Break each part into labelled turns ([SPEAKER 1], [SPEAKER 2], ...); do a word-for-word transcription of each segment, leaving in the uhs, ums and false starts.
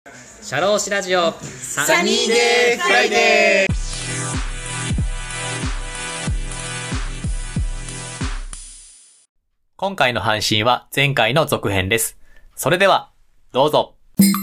[SPEAKER 1] シャローシラジオ
[SPEAKER 2] サニーデーフライデー。
[SPEAKER 3] 今回の配信は前回の続編です。それではどうぞ。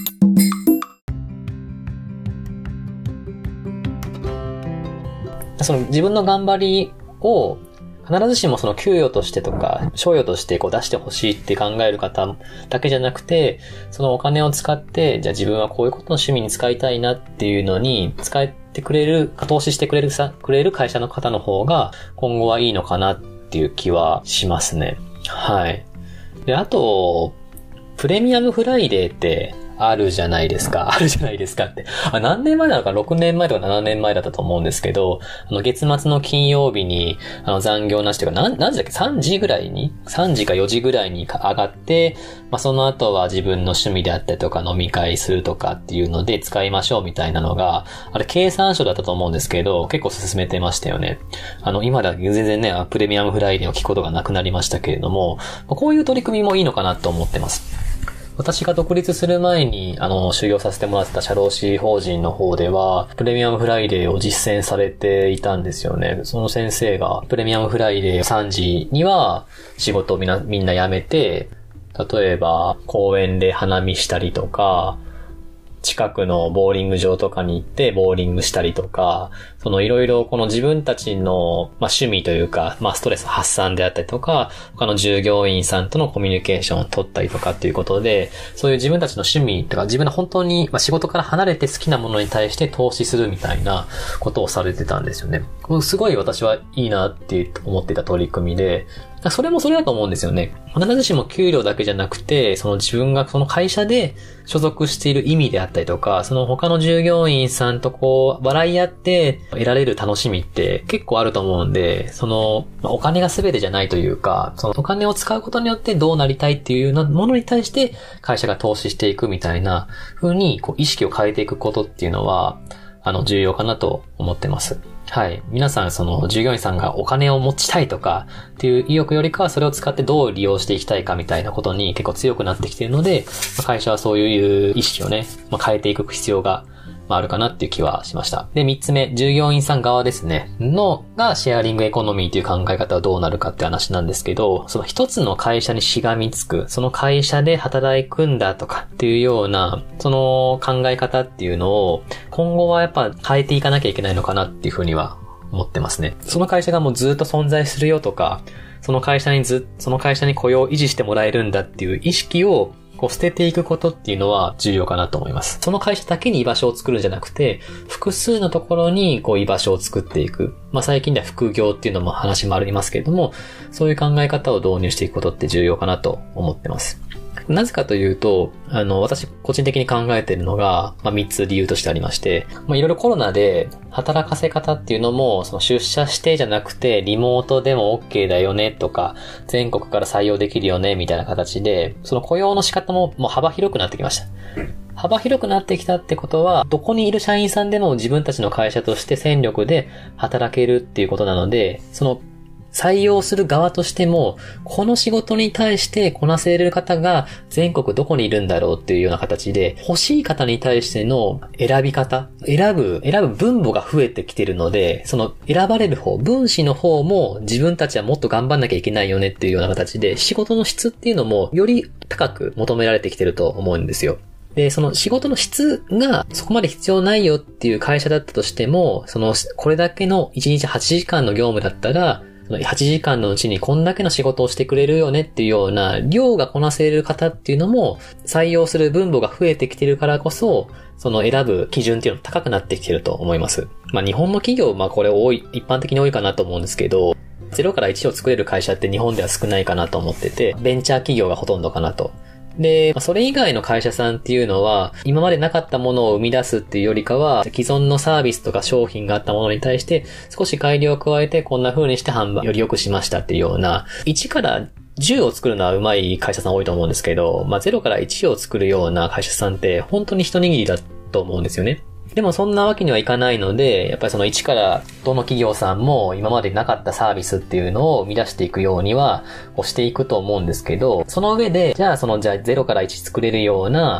[SPEAKER 1] その自分の頑張りを必ずしもその給与としてとか賞与としてこう出してほしいって考える方だけじゃなくて、そのお金を使ってじゃあ自分はこういうことの趣味に使いたいなっていうのに使ってくれる、投資してくれるさくれる会社の方の方が今後はいいのかなっていう気はしますね。はい。で、あとプレミアムフライデーってあるじゃないですか。あるじゃないですかって。あ、何年前なのかろくねんまえとかななねんまえだったと思うんですけど、あの、月末の金曜日に、あの、残業なしというか、何、何時だっけ ?さん 時ぐらいに ?さん 時かよじぐらいに上がって、まあ、その後は自分の趣味であったりとか飲み会するとかっていうので使いましょうみたいなのが、あれ、経産省だったと思うんですけど、結構進めてましたよね。あの、今だ全然ね、プレミアムフライデーを聞くことがなくなりましたけれども、こういう取り組みもいいのかなと思ってます。私が独立する前に、あの、修行させてもらってた社労士法人の方では、プレミアムフライデーを実践されていたんですよね。その先生が、プレミアムフライデーさんじには仕事をみんな、みんな辞めて、例えば公園で花見したりとか、近くのボーリング場とかに行ってボーリングしたりとか、そのいろいろこの自分たちの、まあ、趣味というか、まあ、ストレス発散であったりとか、他の従業員さんとのコミュニケーションを取ったりとかっていうことで、そういう自分たちの趣味とか自分の本当に、まあ、仕事から離れて好きなものに対して投資するみたいなことをされてたんですよね。これすごい私はいいなって思っていた取り組みで、それもそれだと思うんですよね。必ずしも給料だけじゃなくて、その自分がその会社で所属している意味であったりとか、その他の従業員さんとこう、笑い合って得られる楽しみって結構あると思うんで、その、お金が全てじゃないというか、そのお金を使うことによってどうなりたいっていうようなものに対して会社が投資していくみたいな風にこう意識を変えていくことっていうのは、あの、重要かなと思ってます。はい。皆さん、その、従業員さんがお金を持ちたいとかっていう意欲よりかは、それを使ってどう利用していきたいかみたいなことに結構強くなってきているので、会社はそういう意識をね、まあ、変えていく必要があるかなっていう気はしました。で、三つ目、従業員さん側ですね、の、がシェアリングエコノミーという考え方はどうなるかって話なんですけど、その一つの会社にしがみつく、その会社で働くんだとかっていうような、その考え方っていうのを、今後はやっぱ変えていかなきゃいけないのかなっていうふうには思ってますね。その会社がもうずっと存在するよとか、その会社にず、その会社に雇用を維持してもらえるんだっていう意識をこう捨てていくことっていうのは重要かなと思います。その会社だけに居場所を作るんじゃなくて、複数のところにこう居場所を作っていく。まあ最近では副業っていうのも話もありますけれども、そういう考え方を導入していくことって重要かなと思ってます。なぜかというと、あの、私個人的に考えているのが、まあ、みっつ理由としてありまして、まあ、いろいろコロナで働かせ方っていうのも、その出社してじゃなくて、リモートでも OK だよねとか、全国から採用できるよねみたいな形で、その雇用の仕方ももう幅広くなってきました。幅広くなってきたってことは、どこにいる社員さんでも自分たちの会社として戦力で働けるっていうことなので、その採用する側としても、この仕事に対してこなせる方が全国どこにいるんだろうっていうような形で、欲しい方に対しての選び方、選ぶ、選ぶ分母が増えてきてるので、その選ばれる方、分子の方も自分たちはもっと頑張んなきゃいけないよねっていうような形で、仕事の質っていうのもより高く求められてきてると思うんですよ。で、その仕事の質がそこまで必要ないよっていう会社だったとしても、その、これだけのいちにちはちじかんの業務だったら、はちじかんのうちにこんだけの仕事をしてくれるよねっていうような量がこなせる方っていうのも採用する分母が増えてきてるからこそ、その選ぶ基準っていうのが高くなってきてると思います。まあ日本の企業、まあこれ多い、一般的に多いかなと思うんですけど、ゼロからいちを作れる会社って日本では少ないかなと思ってて、ベンチャー企業がほとんどかなと。で、それ以外の会社さんっていうのは、今までなかったものを生み出すっていうよりかは、既存のサービスとか商品があったものに対して、少し改良を加えて、こんな風にして販売より良くしましたっていうような、いちからじゅうを作るのは上手い会社さん多いと思うんですけど、まあゼロからいちを作るような会社さんって、本当に一握りだと思うんですよね。でもそんなわけにはいかないので、やっぱりその一からどの企業さんも今までなかったサービスっていうのを生み出していくようには、こうしていくと思うんですけど、その上で、じゃあそのじゃあゼロからいち作れるような、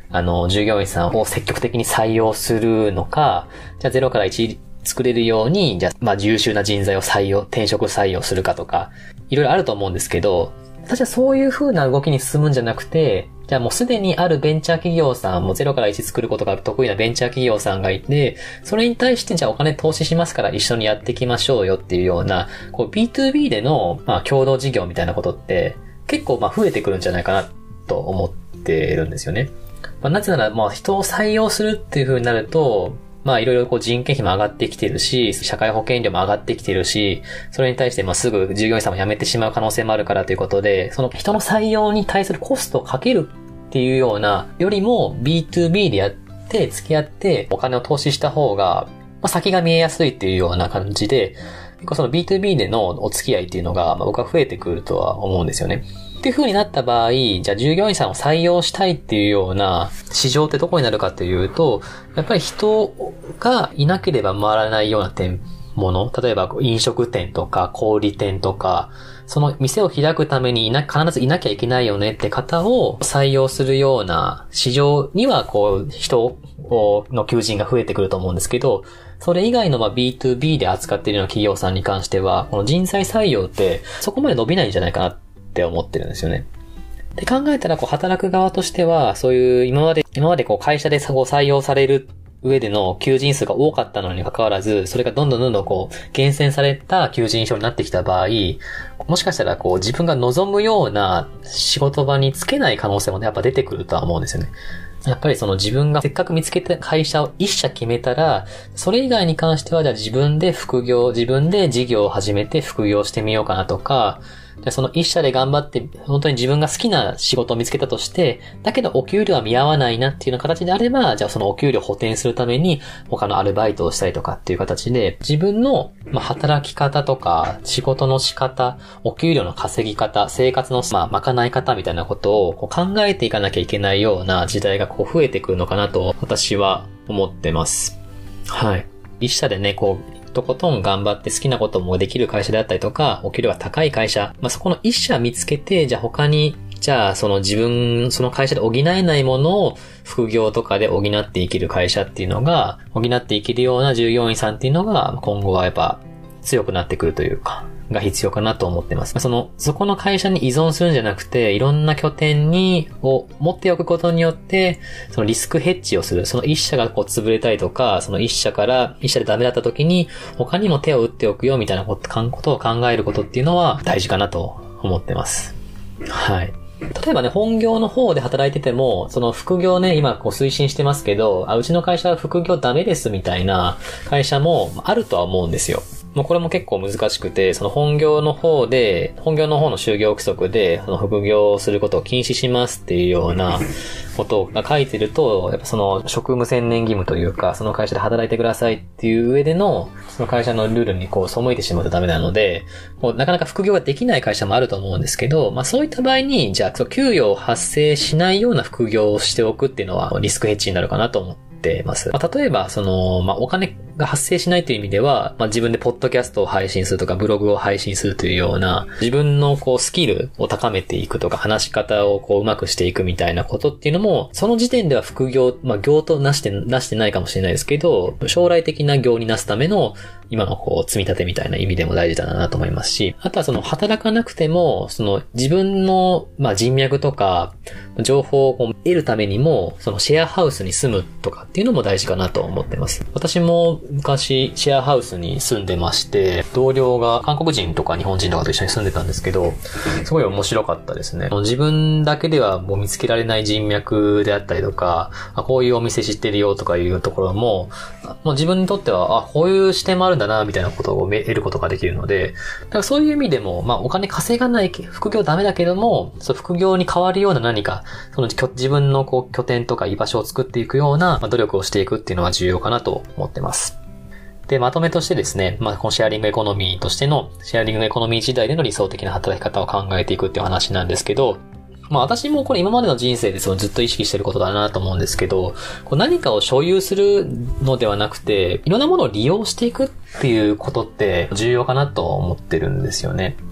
[SPEAKER 1] あの、従業員さんを積極的に採用するのか、じゃあゼロからいち作れるように、じゃあ、まあ、優秀な人材を採用、転職採用するかとか、いろいろあると思うんですけど、私はそういう風な動きに進むんじゃなくて、じゃあもうすでにあるベンチャー企業さん、もうゼロからいち作ることが得意なベンチャー企業さんがいて、それに対してじゃあお金投資しますから一緒にやっていきましょうよっていうような、こう ビーツービー での、まあ、共同事業みたいなことって結構まあ増えてくるんじゃないかなと思ってるんですよね。まあ、なぜならまあ人を採用するっていう風になると、まあいろいろこう人件費も上がってきてるし、社会保険料も上がってきてるし、それに対してまあすぐ従業員さんも辞めてしまう可能性もあるからということで、その人の採用に対するコストをかけるっていうような、よりも ビーツービー でやって付き合ってお金を投資した方が、まあ先が見えやすいっていうような感じで、結構その ビーツービー でのお付き合いっていうのが、まあ僕は増えてくるとは思うんですよね。っていう風になった場合、じゃあ従業員さんを採用したいっていうような市場ってどこになるかというと、やっぱり人がいなければ回らないような店物、例えば飲食店とか小売店とか、その店を開くためにいな、必ずいなきゃいけないよねって方を採用するような市場にはこう人の求人が増えてくると思うんですけど、それ以外のまあ ビーツービー で扱っているような企業さんに関しては、この人材採用ってそこまで伸びないんじゃないかなって思ってるんですよね。で考えたらこう働く側としては、そういう今まで、今までこう会社で採用される上での求人数が多かったのに関わらず、それがどんどんどんどんこう厳選された求人票になってきた場合、もしかしたらこう自分が望むような仕事場に就けない可能性もね、やっぱ出てくるとは思うんですよね。やっぱりその自分がせっかく見つけた会社を一社決めたら、それ以外に関してはじゃあ自分で副業、自分で事業を始めて副業してみようかなとか、でその一社で頑張って本当に自分が好きな仕事を見つけたとして、だけどお給料は見合わないなっていうような形であれば、じゃあそのお給料を補填するために他のアルバイトをしたりとかっていう形で、自分のまあ働き方とか仕事の仕方、お給料の稼ぎ方、生活のまあ賄い方みたいなことをこう考えていかなきゃいけないような時代がこう増えてくるのかなと私は思ってます。はい。一社でね、こうとことん頑張って好きなこともできる会社であったりとか、お給料が高い会社、まあ、そこの一社見つけて、じゃあ他に、じゃあその自分、その会社で補えないものを副業とかで補っていける会社っていうのが、補っていけるような従業員さんっていうのが、今後はやっぱ強くなってくるというか、が必要かなと思ってます。その、そこの会社に依存するんじゃなくて、いろんな拠点に、を持っておくことによって、そのリスクヘッジをする。その一社がこう潰れたりとか、その一社から、一社でダメだった時に、他にも手を打っておくよみたいなことを考えることっていうのは大事かなと思ってます。はい。例えばね、本業の方で働いてても、その副業ね、今こう推進してますけど、あ、うちの会社は副業ダメですみたいな会社もあるとは思うんですよ。もうこれも結構難しくて、その本業の方で、本業の方の就業規則で、その副業をすることを禁止しますっていうようなことが書いてると、やっぱその職務専念義務というか、その会社で働いてくださいっていう上での、その会社のルールにこう背いてしまうとダメなので、もうなかなか副業ができない会社もあると思うんですけど、まあそういった場合に、じゃあその給与を発生しないような副業をしておくっていうのはリスクヘッジになるかなと思っててます。まあ、例えば、その、まあ、お金が発生しないという意味では、まあ、自分でポッドキャストを配信するとか、ブログを配信するというような、自分のこう、スキルを高めていくとか、話し方をこう、うまくしていくみたいなことっていうのも、その時点では副業、まあ、業となして、なしてないかもしれないですけど、将来的な業になすための、今のこう、積み立てみたいな意味でも大事だなと思いますし、あとはその、働かなくても、その、自分の、まあ、人脈とか、情報を得るためにも、その、シェアハウスに住むとかっていうのも大事かなと思ってます。私も昔、シェアハウスに住んでまして、同僚が韓国人とか日本人とかと一緒に住んでたんですけど、すごい面白かったですね。自分だけではもう見つけられない人脈であったりとか、こういうお店知ってるよとかいうところも、もう自分にとっては、あ、こういう視点もあるんだな、みたいなことを得ることができるので、だからそういう意味でも、まあお金稼がない、副業ダメだけども、その副業に変わるような何か、その自分のこう拠点とか居場所を作っていくような、まあ、努力をしていくっていうのは重要かなと思ってます。で、まとめとしてですね、まあ、このシェアリングエコノミーとしての、シェアリングエコノミー時代での理想的な働き方を考えていくっていう話なんですけど、まあ私もこれ今までの人生でそのずっと意識してることだなと思うんですけど、こう何かを所有するのではなくて、いろんなものを利用していくっていうことって重要かなと思ってるんですよね。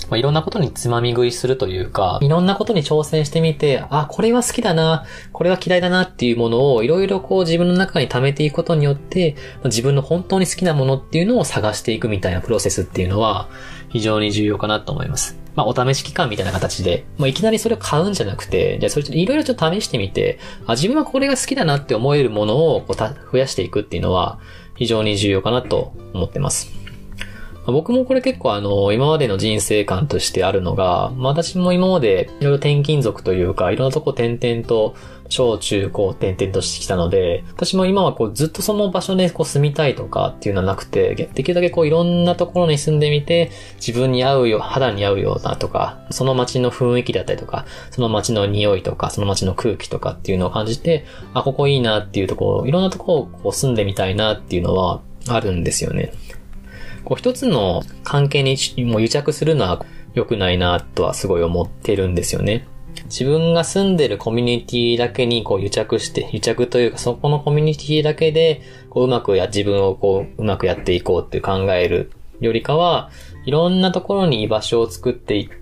[SPEAKER 1] まあ、いろんなことにつまみ食いするというか、いろんなことに挑戦してみて、あ、これは好きだな、これは嫌いだなっていうものをいろいろこう自分の中に溜めていくことによって、自分の本当に好きなものっていうのを探していくみたいなプロセスっていうのは非常に重要かなと思います。まあ、お試し期間みたいな形で、まあ、いきなりそれを買うんじゃなくて、じゃあそれいろいろちょっと試してみて、あ、自分はこれが好きだなって思えるものをこうた増やしていくっていうのは非常に重要かなと思ってます。僕もこれ結構あの、今までの人生観としてあるのが、まあ、私も今までいろいろ転勤族というか、いろんなとこ転々と、小中高転々としてきたので、私も今はこうずっとその場所でこう住みたいとかっていうのはなくて、できるだけこういろんなところに住んでみて、自分に合うよ、肌に合うようなとか、その街の雰囲気だったりとか、その街の匂いとか、その街の空気とかっていうのを感じて、あ、ここいいなっていうところ、いろんなところをこう住んでみたいなっていうのはあるんですよね。こう一つの関係にもう癒着するのは良くないなとはすごい思ってるんですよね。自分が住んでるコミュニティだけにこう癒着して、癒着というかそこのコミュニティだけでこううまくや、自分をこううまくやっていこうって考えるよりかは、いろんなところに居場所を作っていって、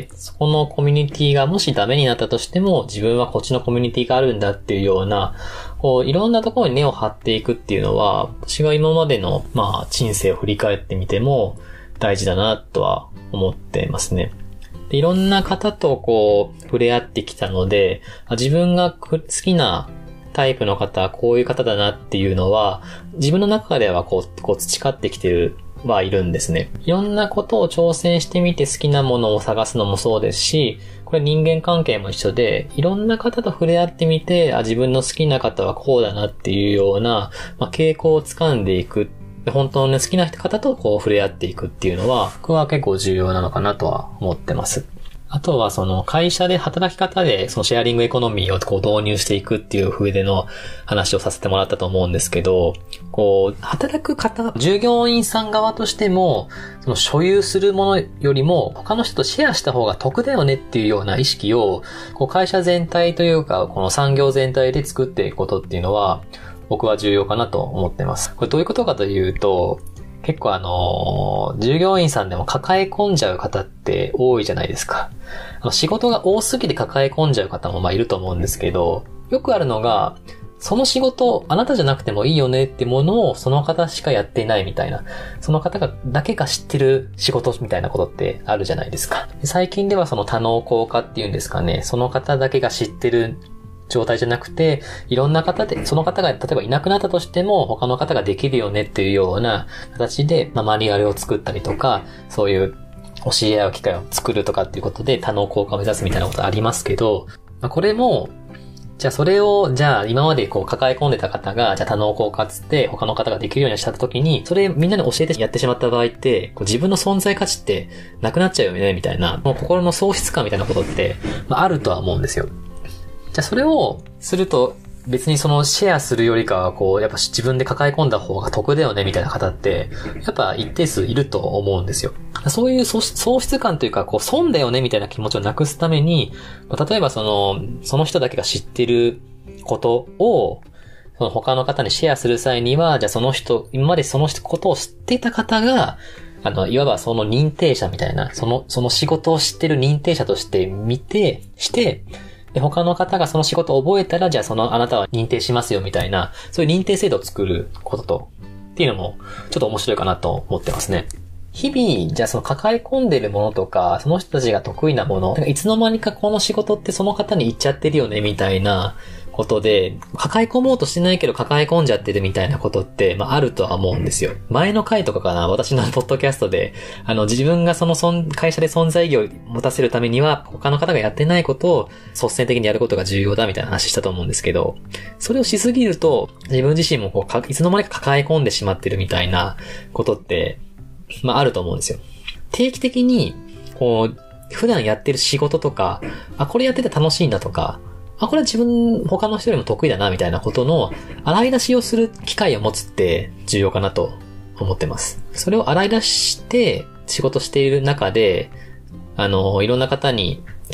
[SPEAKER 1] そこのコミュニティがもしダメになったとしても、自分はこっちのコミュニティがあるんだっていうような、こういろんなところに根を張っていくっていうのは、私が今までのまあ人生を振り返ってみても大事だなとは思ってますね。でいろんな方とこう触れ合ってきたので、自分が好きなタイプの方はこういう方だなっていうのは、自分の中ではこう、こう培ってきてるはいるんですね。いろんなことを挑戦してみて好きなものを探すのもそうですし、これ人間関係も一緒で、いろんな方と触れ合ってみて、あ、自分の好きな方はこうだなっていうような、まあ、傾向を掴んでいく。本当に好きな方とこう触れ合っていくっていうのは、僕は結構重要なのかなとは思ってます。あとはその会社で働き方でそのシェアリングエコノミーをこう導入していくっていう上での話をさせてもらったと思うんですけど、こう働く方、従業員さん側としてもその所有するものよりも他の人とシェアした方が得だよねっていうような意識をこう会社全体というかこの産業全体で作っていくことっていうのは僕は重要かなと思ってます。これどういうことかというと、結構あのー、従業員さんでも抱え込んじゃう方って多いじゃないですか。あの仕事が多すぎて抱え込んじゃう方もまあいると思うんですけど、よくあるのが、その仕事、あなたじゃなくてもいいよねってものをその方しかやっていないみたいな、その方がだけが知ってる仕事みたいなことってあるじゃないですか。最近ではその多能工化っていうんですかね、その方だけが知ってる状態じゃなくて、いろんな方で、その方が例えばいなくなったとしても、他の方ができるよねっていうような形で、まあ、マニュアルを作ったりとか、そういう教え合う機会を作るとかっていうことで、多能工化を目指すみたいなことありますけど、まあ、これも、じゃあそれを、じゃあ今までこう抱え込んでた方が、じゃあ多能工化つって他の方ができるようにしたときに、それみんなに教えてやってしまった場合って、こう自分の存在価値ってなくなっちゃうよね、みたいな、もう心の喪失感みたいなことって、まあ、あるとは思うんですよ。じゃあそれをすると別にそのシェアするよりかはこうやっぱ自分で抱え込んだ方が得だよねみたいな方ってやっぱ一定数いると思うんですよ。そういう喪失感というかこう損だよねみたいな気持ちをなくすために、例えばそのその人だけが知ってることをその他の方にシェアする際には、じゃあその人、今までそのことを知っていた方があの、いわばその認定者みたいな、その、その仕事を知ってる認定者として見て、して、で、他の方がその仕事を覚えたら、じゃあそのあなたは認定しますよみたいな、そういう認定制度を作ることと、っていうのも、ちょっと面白いかなと思ってますね。日々、じゃあその抱え込んでるものとか、その人たちが得意なもの、いつの間にかこの仕事ってその方に行っちゃってるよね、みたいなことで、抱え込もうとしてないけど抱え込んじゃってるみたいなことって、まああるとは思うんですよ。前の回とかかな、私のポッドキャストで、あの自分がその会社で存在意義を持たせるためには、他の方がやってないことを率先的にやることが重要だみたいな話したと思うんですけど、それをしすぎると、自分自身もこういつの間にか抱え込んでしまってるみたいなことって、まああると思うんですよ。定期的に、こう、普段やってる仕事とか、あ、これやってて楽しいんだとか、あ、これは自分、他の人よりも得意だな、みたいなことの、洗い出しをする機会を持つって重要かなと思ってます。それを洗い出して仕事している中で、あの、いろんな方に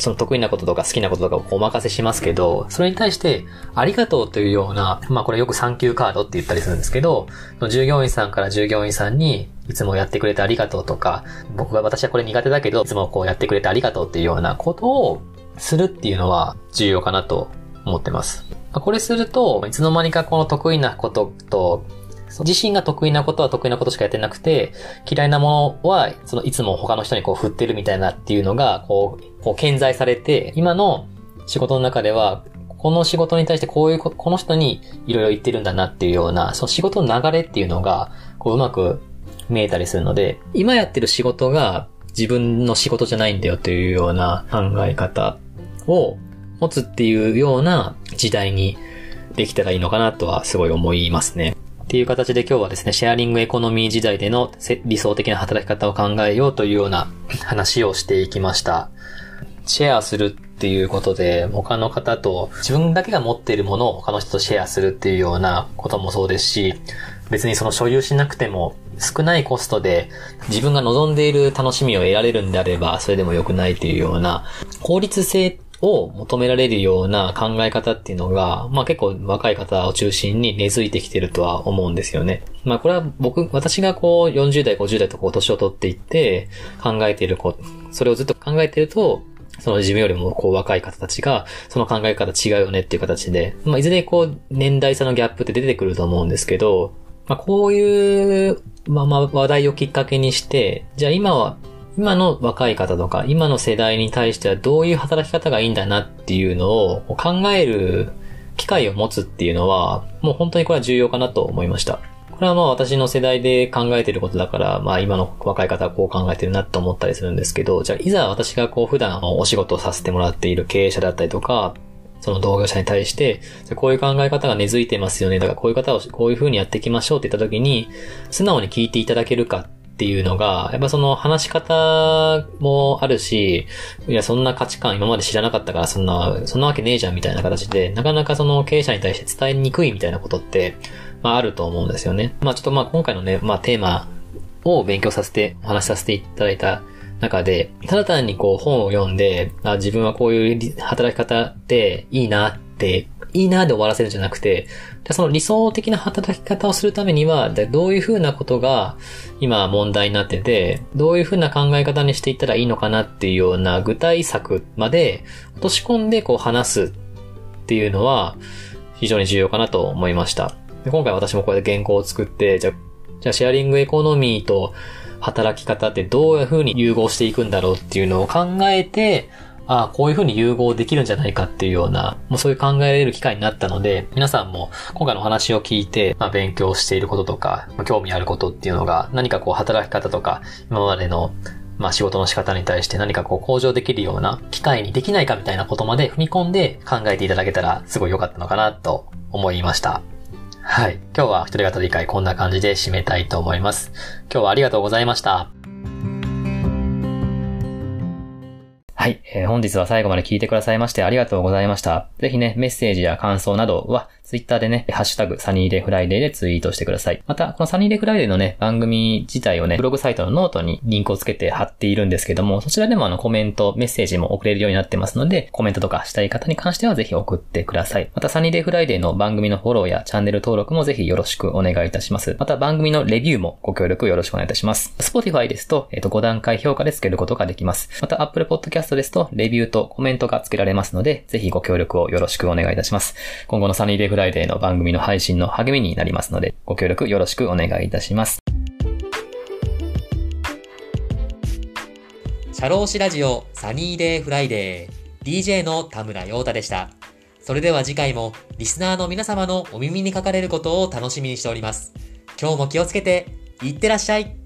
[SPEAKER 1] その得意なこととか好きなこととかをお任せしますけど、それに対してありがとうというような、まあこれよくサンキューカードって言ったりするんですけど、従業員さんから従業員さんにいつもやってくれてありがとうとか、僕が私はこれ苦手だけどいつもこうやってくれてありがとうっていうようなことをするっていうのは重要かなと思ってます。これすると、いつの間にかこの得意なことと、自身が得意なことは得意なことしかやってなくて、嫌いなものは、そのいつも他の人にこう振ってるみたいなっていうのが、こう、こう顕在されて、今の仕事の中では、この仕事に対してこういうこ、この人にいろいろ言ってるんだなっていうような、その仕事の流れっていうのが、こううまく見えたりするので、今やってる仕事が自分の仕事じゃないんだよというような考え方を持つっていうような時代にできたらいいのかなとはすごい思いますね。っていう形で今日はですね、シェアリングエコノミー時代での理想的な働き方を考えようというような話をしていきました。シェアするっていうことで、他の方と自分だけが持っているものを他の人とシェアするっていうようなこともそうですし、別にその所有しなくても少ないコストで自分が望んでいる楽しみを得られるんであれば、それでも良くないというような効率性を求められるような考え方っていうのが、まあ結構若い方を中心に根付いてきてるとは思うんですよね。まあこれは僕、私がこうよんじゅう代、ごじゅう代とこう年を取っていって考えていること、それをずっと考えていると、その自分よりもこう若い方たちが、その考え方違うよねっていう形で、まあいずれこう年代差のギャップって出てくると思うんですけど、まあこういう、まあまあ話題をきっかけにして、じゃあ今は、今の若い方とか、今の世代に対してはどういう働き方がいいんだなっていうのを考える機会を持つっていうのは、もう本当にこれは重要かなと思いました。これはまあ私の世代で考えていることだから、まあ今の若い方はこう考えてるなと思ったりするんですけど、じゃあいざ私がこう普段お仕事をさせてもらっている経営者だったりとか、その同業者に対して、こういう考え方が根付いてますよね。だからこういう方をこういう風にやっていきましょうって言った時に、素直に聞いていただけるかっていうのが、やっぱその話し方もあるし、いやそんな価値観今まで知らなかったからそんな、そんなわけねえじゃんみたいな形で、なかなかその経営者に対して伝えにくいみたいなことって、まああると思うんですよね。まあちょっとまあ今回のね、まあテーマを勉強させて、お話しさせていただいた中で、ただ単にこう本を読んで、あ自分はこういう働き方っていいなって、いいなで終わらせるんじゃなくて、その理想的な働き方をするためには、どういうふうなことが今問題になってて、どういうふうな考え方にしていったらいいのかなっていうような具体策まで落とし込んでこう話すっていうのは非常に重要かなと思いました。で今回私もこれで原稿を作って、じゃあ、じゃあシェアリングエコノミーと働き方ってどういうふうに融合していくんだろうっていうのを考えて、ああ、こういうふうに融合できるんじゃないかっていうような、もうそういう考えられる機会になったので、皆さんも今回のお話を聞いて、まあ勉強していることとか、興味あることっていうのが、何かこう働き方とか、今までのまあ仕事の仕方に対して何かこう向上できるような機会にできないかみたいなことまで踏み込んで考えていただけたらすごい良かったのかなと思いました。はい。今日は一人語り会こんな感じで締めたいと思います。今日はありがとうございました。はい、えー。本日は最後まで聞いてくださいましてありがとうございました。ぜひね、メッセージや感想などは、ツイッターでね、ハッシュタグ、サニーデイフライデーでツイートしてください。また、このサニーデイフライデーのね、番組自体をね、ブログサイトのノートにリンクをつけて貼っているんですけども、そちらでもあのコメント、メッセージも送れるようになってますので、コメントとかしたい方に関してはぜひ送ってください。また、サニーデイフライデーの番組のフォローやチャンネル登録もぜひよろしくお願いいたします。また、番組のレビューもご協力よろしくお願いいたします。Spotify ですと、えっと、ご段階評価でつけることができます。また、Apple Podcast ですと、レビューとコメントがつけられますので、ぜひご協力をよろしくお願いいたします。今後のサニーデイフライデーの番組の配信の励みになりますので、ご協力よろしくお願いいたします。
[SPEAKER 4] 社労士ラジオサニーデイフライデー ディージェー の田村陽太でした。それでは次回もリスナーの皆様のお耳にかかれることを楽しみにしております。今日も気をつけていってらっしゃい。